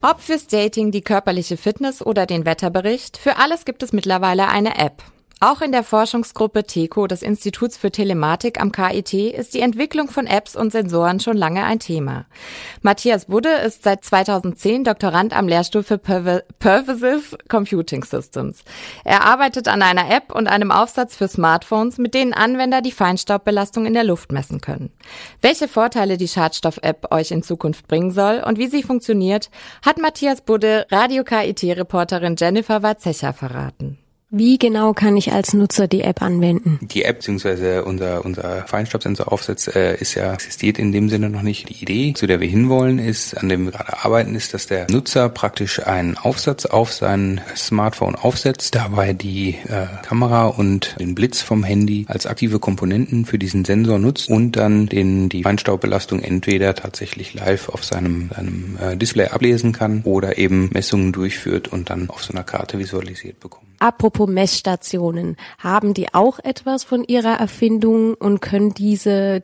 Ob fürs Dating, die körperliche Fitness oder den Wetterbericht, für alles gibt es mittlerweile eine App. Auch in der Forschungsgruppe TECO des Instituts für Telematik am KIT ist die Entwicklung von Apps und Sensoren schon lange ein Thema. Matthias Budde ist seit 2010 Doktorand am Lehrstuhl für Pervasive Computing Systems. Er arbeitet an einer App und einem Aufsatz für Smartphones, mit denen Anwender die Feinstaubbelastung in der Luft messen können. Welche Vorteile die Schadstoff-App euch in Zukunft bringen soll und wie sie funktioniert, hat Matthias Budde Radio-KIT-Reporterin Jennifer Warzecha verraten. Wie genau kann ich als Nutzer die App anwenden? Die App bzw. unser Feinstaubsensoraufsatz existiert in dem Sinne noch nicht. Die Idee, zu der wir hinwollen, ist, an dem wir gerade arbeiten, ist, dass der Nutzer praktisch einen Aufsatz auf sein Smartphone aufsetzt, dabei die Kamera und den Blitz vom Handy als aktive Komponenten für diesen Sensor nutzt und dann die Feinstaubbelastung entweder tatsächlich live auf seinem Display ablesen kann oder eben Messungen durchführt und dann auf so einer Karte visualisiert bekommt. Apropos Messstationen, haben die auch etwas von ihrer Erfindung und können die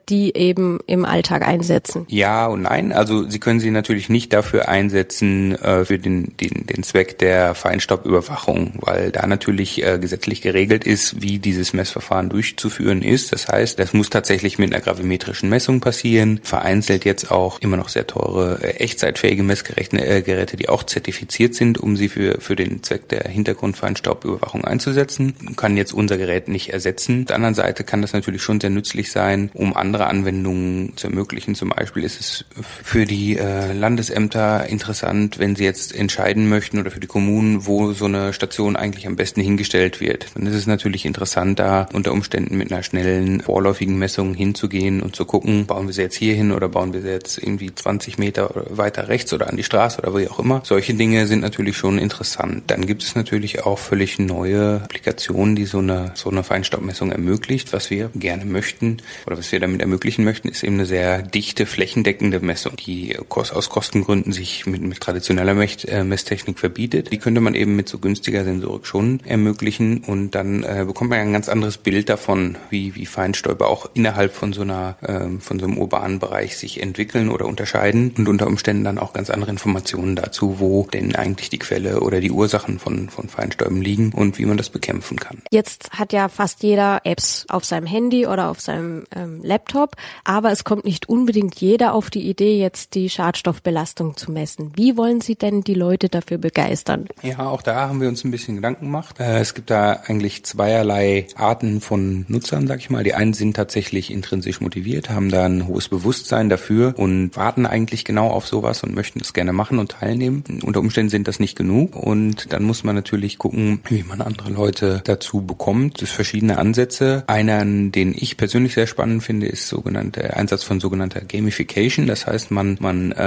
eben im Alltag einsetzen? Ja und nein. Also sie können sie natürlich nicht dafür einsetzen für den Zweck der Feinstaubüberwachung, weil da natürlich gesetzlich geregelt ist, wie dieses Messverfahren durchzuführen ist. Das heißt, das muss tatsächlich mit einer gravimetrischen Messung passieren. Vereinzelt jetzt auch immer noch sehr teure, echtzeitfähige Messgeräte, die auch zertifiziert sind, um sie für den Zweck der Hintergrundfeinstaubüberwachung einzusetzen. Kann jetzt unser Gerät nicht ersetzen. Auf der anderen Seite kann das natürlich schon sehr nützlich sein, um andere Anwendungen zu ermöglichen. Zum Beispiel ist es für die Landesämter interessant, wenn sie jetzt entscheiden möchten oder für die Kommunen, wo so eine Station eigentlich am besten hingestellt wird. Dann ist es natürlich interessant, da unter Umständen mit einer schnellen, vorläufigen Messung hinzugehen und zu gucken, bauen wir sie jetzt hier hin oder bauen wir sie jetzt irgendwie 20 Meter weiter rechts oder an die Straße oder wie auch immer. Solche Dinge sind natürlich schon interessant. Dann gibt es natürlich auch völlig neue Applikationen, die so eine Feinstaubmessung ermöglicht. Was wir gerne möchten oder was wir damit ermöglichen möchten, ist eben eine sehr dichte, flächendeckende Messung, die aus Kostengründen sich mit traditioneller Messtechnik verbietet. Die könnte man eben mit so günstiger Sensorik schon ermöglichen und dann bekommt man ein ganz anderes Bild davon, wie Feinstäube auch innerhalb von so einem urbanen Bereich sich entwickeln oder unterscheiden und unter Umständen dann auch ganz andere Informationen dazu, wo denn eigentlich die Quelle oder die Ursachen von Feinstäuben liegen und wie man das bekämpfen kann. Jetzt hat ja fast jeder Apps auf seinem Handy oder auf seinem Laptop, aber es kommt nicht unbedingt jeder auf die Idee, jetzt die Schadstoffbelastung zu messen. Wie wollen Sie denn die Leute dafür begeistern? Ja, auch da haben wir uns ein bisschen Gedanken gemacht. Es gibt da eigentlich zweierlei Arten von Nutzern, sag ich mal. Die einen sind tatsächlich intrinsisch motiviert, haben da ein hohes Bewusstsein dafür und warten eigentlich genau auf sowas und möchten das gerne machen und teilnehmen. Unter Umständen sind das nicht genug und dann muss man natürlich gucken, wie man andere Leute dazu bekommt. Es verschiedene Ansätze. Einen, den ich persönlich sehr spannend finde, ist der Einsatz von sogenannter Gamification. Das heißt, man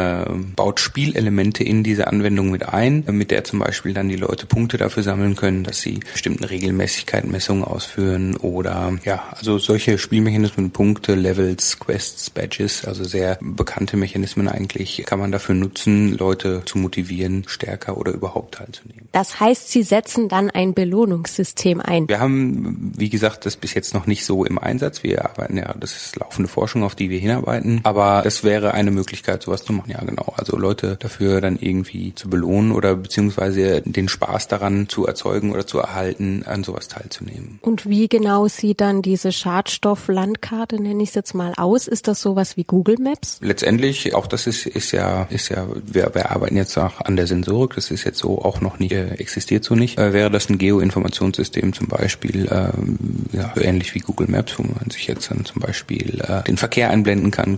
baut Spielelemente in diese Anwendung mit ein, mit der zum Beispiel dann die Leute Punkte dafür sammeln können, dass sie bestimmten Regelmäßigkeiten Messungen ausführen oder also solche Spielmechanismen, Punkte, Levels, Quests, Badges, also sehr bekannte Mechanismen eigentlich, kann man dafür nutzen, Leute zu motivieren, stärker oder überhaupt teilzunehmen. Das heißt, Sie setzen dann ein Belohnungssystem ein. Wir haben, wie gesagt, das bis jetzt noch nicht so im Einsatz. Wir arbeiten das ist laufende Forschung, auf die wir hinarbeiten. Aber es wäre eine Möglichkeit, sowas zu machen. Ja, genau. Also Leute dafür dann irgendwie zu belohnen oder beziehungsweise den Spaß daran zu erzeugen oder zu erhalten, an sowas teilzunehmen. Und wie genau sieht dann diese Schadstofflandkarte, nenne ich es jetzt mal, aus? Ist das sowas wie Google Maps? Letztendlich, auch das ist ja, wir arbeiten jetzt auch an der Sensorik. Das ist jetzt so auch noch nicht, existiert so nicht. Wäre das ein Geoinformationssystem zum Beispiel, ähnlich wie Google Maps, wo man sich jetzt dann zum Beispiel den Verkehr einblenden kann,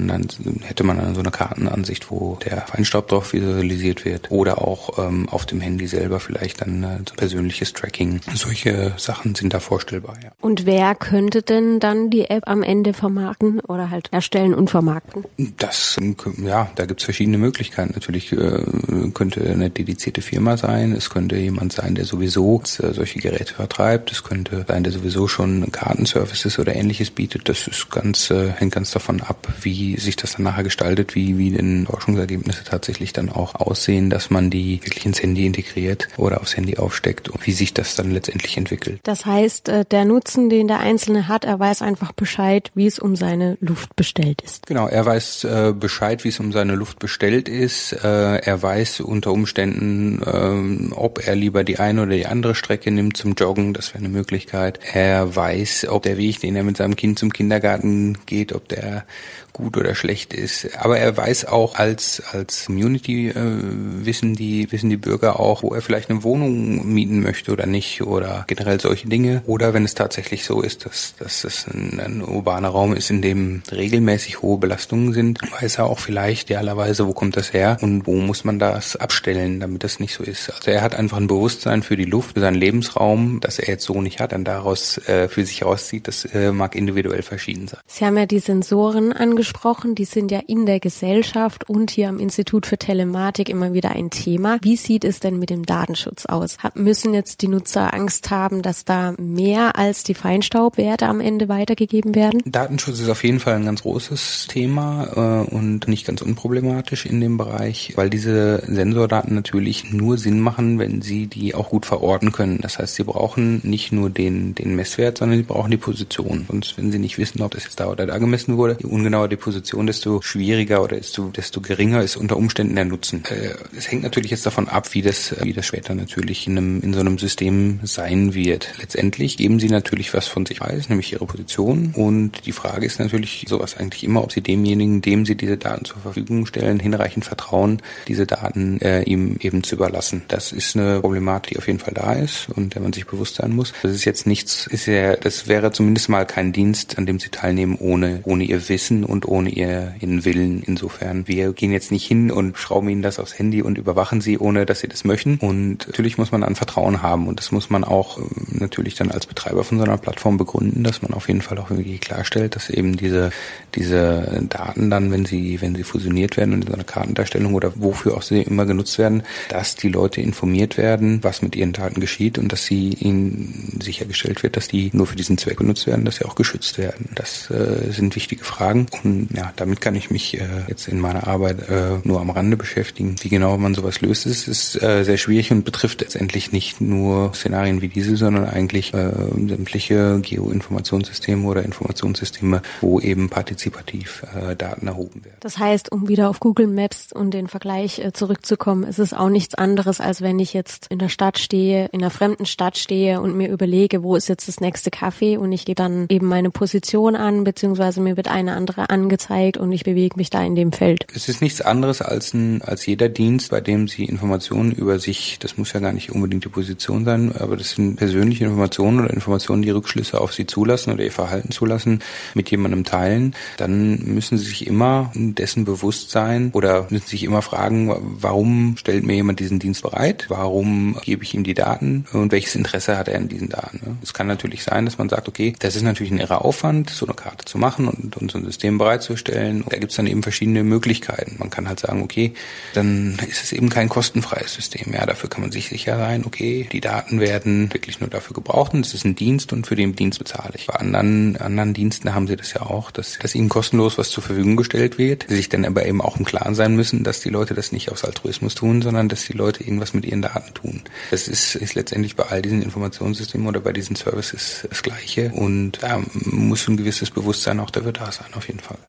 hätte man dann so eine Kartenansicht, wo der Feinstaub drauf visualisiert wird oder auch auf dem Handy selber vielleicht dann persönliches Tracking. Solche Sachen sind da vorstellbar, ja. Und wer könnte denn dann die App am Ende vermarkten oder halt erstellen und vermarkten? Da gibt's verschiedene Möglichkeiten. Natürlich könnte eine dedizierte Firma sein, es könnte jemand sein, der sowieso sowieso solche Geräte vertreibt. Es könnte sein, der sowieso schon Kartenservices oder Ähnliches bietet. Das ist hängt ganz davon ab, wie sich das dann nachher gestaltet, wie denn Forschungsergebnisse tatsächlich dann auch aussehen, dass man die wirklich ins Handy integriert oder aufs Handy aufsteckt und wie sich das dann letztendlich entwickelt. Das heißt, der Nutzen, den der Einzelne hat, er weiß einfach Bescheid, wie es um seine Luft bestellt ist. Genau, er weiß Bescheid, wie es um seine Luft bestellt ist. Er weiß unter Umständen, ob er lieber die eine oder die andere Strecke nimmt zum Joggen. Das wäre eine Möglichkeit. Er weiß, ob der Weg, den er mit seinem Kind zum Kindergarten geht, ob der gut oder schlecht ist. Aber er weiß auch als Community wissen die Bürger auch, wo er vielleicht eine Wohnung mieten möchte oder nicht oder generell solche Dinge. Oder wenn es tatsächlich so ist, dass es ein urbaner Raum ist, in dem regelmäßig hohe Belastungen sind, weiß er auch vielleicht idealerweise, wo kommt das her und wo muss man das abstellen, damit das nicht so ist. Also er hat einfach ein Bewusstsein für die Luft, für seinen Lebensraum, das er jetzt so nicht hat, dann daraus für sich rauszieht. Das mag individuell verschieden sein. Sie haben ja die Sensoren angesprochen, die sind ja in der Gesellschaft und hier am Institut für Telematik immer wieder ein Thema. Wie sieht es denn mit dem Datenschutz aus? Müssen jetzt die Nutzer Angst haben, dass da mehr als die Feinstaubwerte am Ende weitergegeben werden? Datenschutz ist auf jeden Fall ein ganz großes Thema und nicht ganz unproblematisch in dem Bereich, weil diese Sensordaten natürlich nur Sinn machen, wenn Sie die auch gut verorten können. Das heißt, Sie brauchen nicht nur den Messwert, sondern Sie brauchen die Position. Sonst, wenn Sie nicht wissen, ob das jetzt da oder da gemessen wurde, je ungenauer die Position, desto schwieriger oder desto geringer ist unter Umständen der Nutzen. Es hängt natürlich jetzt davon ab, wie das später natürlich in so einem System sein wird. Letztendlich geben Sie natürlich was von sich preis, nämlich Ihre Position. Und die Frage ist natürlich sowas eigentlich immer, ob Sie demjenigen, dem Sie diese Daten zur Verfügung stellen, hinreichend vertrauen, diese Daten ihm eben zu überlassen. Das ist eine Problematik, die auf jeden Fall da ist und der man sich bewusst sein muss. Das ist jetzt nichts, das wäre zumindest mal kein Dienst, an dem Sie teilnehmen, ohne Ihr Wissen und ohne Ihren Willen. Insofern, wir gehen jetzt nicht hin und schrauben Ihnen das aufs Handy und überwachen Sie, ohne dass Sie das möchten. Und natürlich muss man dann Vertrauen haben und das muss man auch natürlich dann als Betreiber von so einer Plattform begründen, dass man auf jeden Fall auch irgendwie klarstellt, dass eben diese Daten dann, wenn sie fusioniert werden und in so einer Kartendarstellung oder wofür auch sie immer genutzt werden, dass die Leute informiert werden, was mit ihren Daten geschieht und dass ihnen sichergestellt wird, dass die nur für diesen Zweck benutzt werden, dass sie auch geschützt werden. Das sind wichtige Fragen und ja, damit kann ich mich jetzt in meiner Arbeit nur am Rande beschäftigen. Wie genau man sowas löst, ist sehr schwierig und betrifft letztendlich nicht nur Szenarien wie diese, sondern eigentlich sämtliche Geoinformationssysteme oder Informationssysteme, wo eben partizipativ Daten erhoben werden. Das heißt, um wieder auf Google Maps und den Vergleich zurückzukommen, ist es auch nichts anderes, als wenn ich jetzt in der Stadt stehe, in einer fremden Stadt stehe und mir überlege, wo ist jetzt das nächste Café und ich gebe dann eben meine Position an, beziehungsweise mir wird eine andere angezeigt und ich bewege mich da in dem Feld. Es ist nichts anderes als jeder Dienst, bei dem Sie Informationen über sich, das muss ja gar nicht unbedingt die Position sein, aber das sind persönliche Informationen oder Informationen, die Rückschlüsse auf Sie zulassen oder Ihr Verhalten zulassen, mit jemandem teilen, dann müssen Sie sich immer dessen bewusst sein oder müssen sich immer fragen, warum stellt mir jemand diesen Dienst bereit? Warum gebe ich ihm die Daten? Und welches Interesse hat er an diesen Daten? Es kann natürlich sein, dass man sagt, okay, das ist natürlich ein irrer Aufwand, so eine Karte zu machen und so ein System bereitzustellen. Und da gibt es dann eben verschiedene Möglichkeiten. Man kann halt sagen, okay, dann ist es eben kein kostenfreies System. Ja, dafür kann man sich sicher sein, okay, die Daten werden wirklich nur dafür gebraucht und es ist ein Dienst und für den Dienst bezahle ich. Bei anderen Diensten haben sie das ja auch, dass ihnen kostenlos was zur Verfügung gestellt wird, sie sich dann aber eben auch im Klaren sein müssen, dass die Leute das nicht aus Altruismus tun, sondern dass die Leute irgendwas mit ihren Daten tun. Das ist letztendlich bei all diesen Informationssystemen oder bei diesen Services das Gleiche und da muss ein gewisses Bewusstsein auch dafür da sein, auf jeden Fall.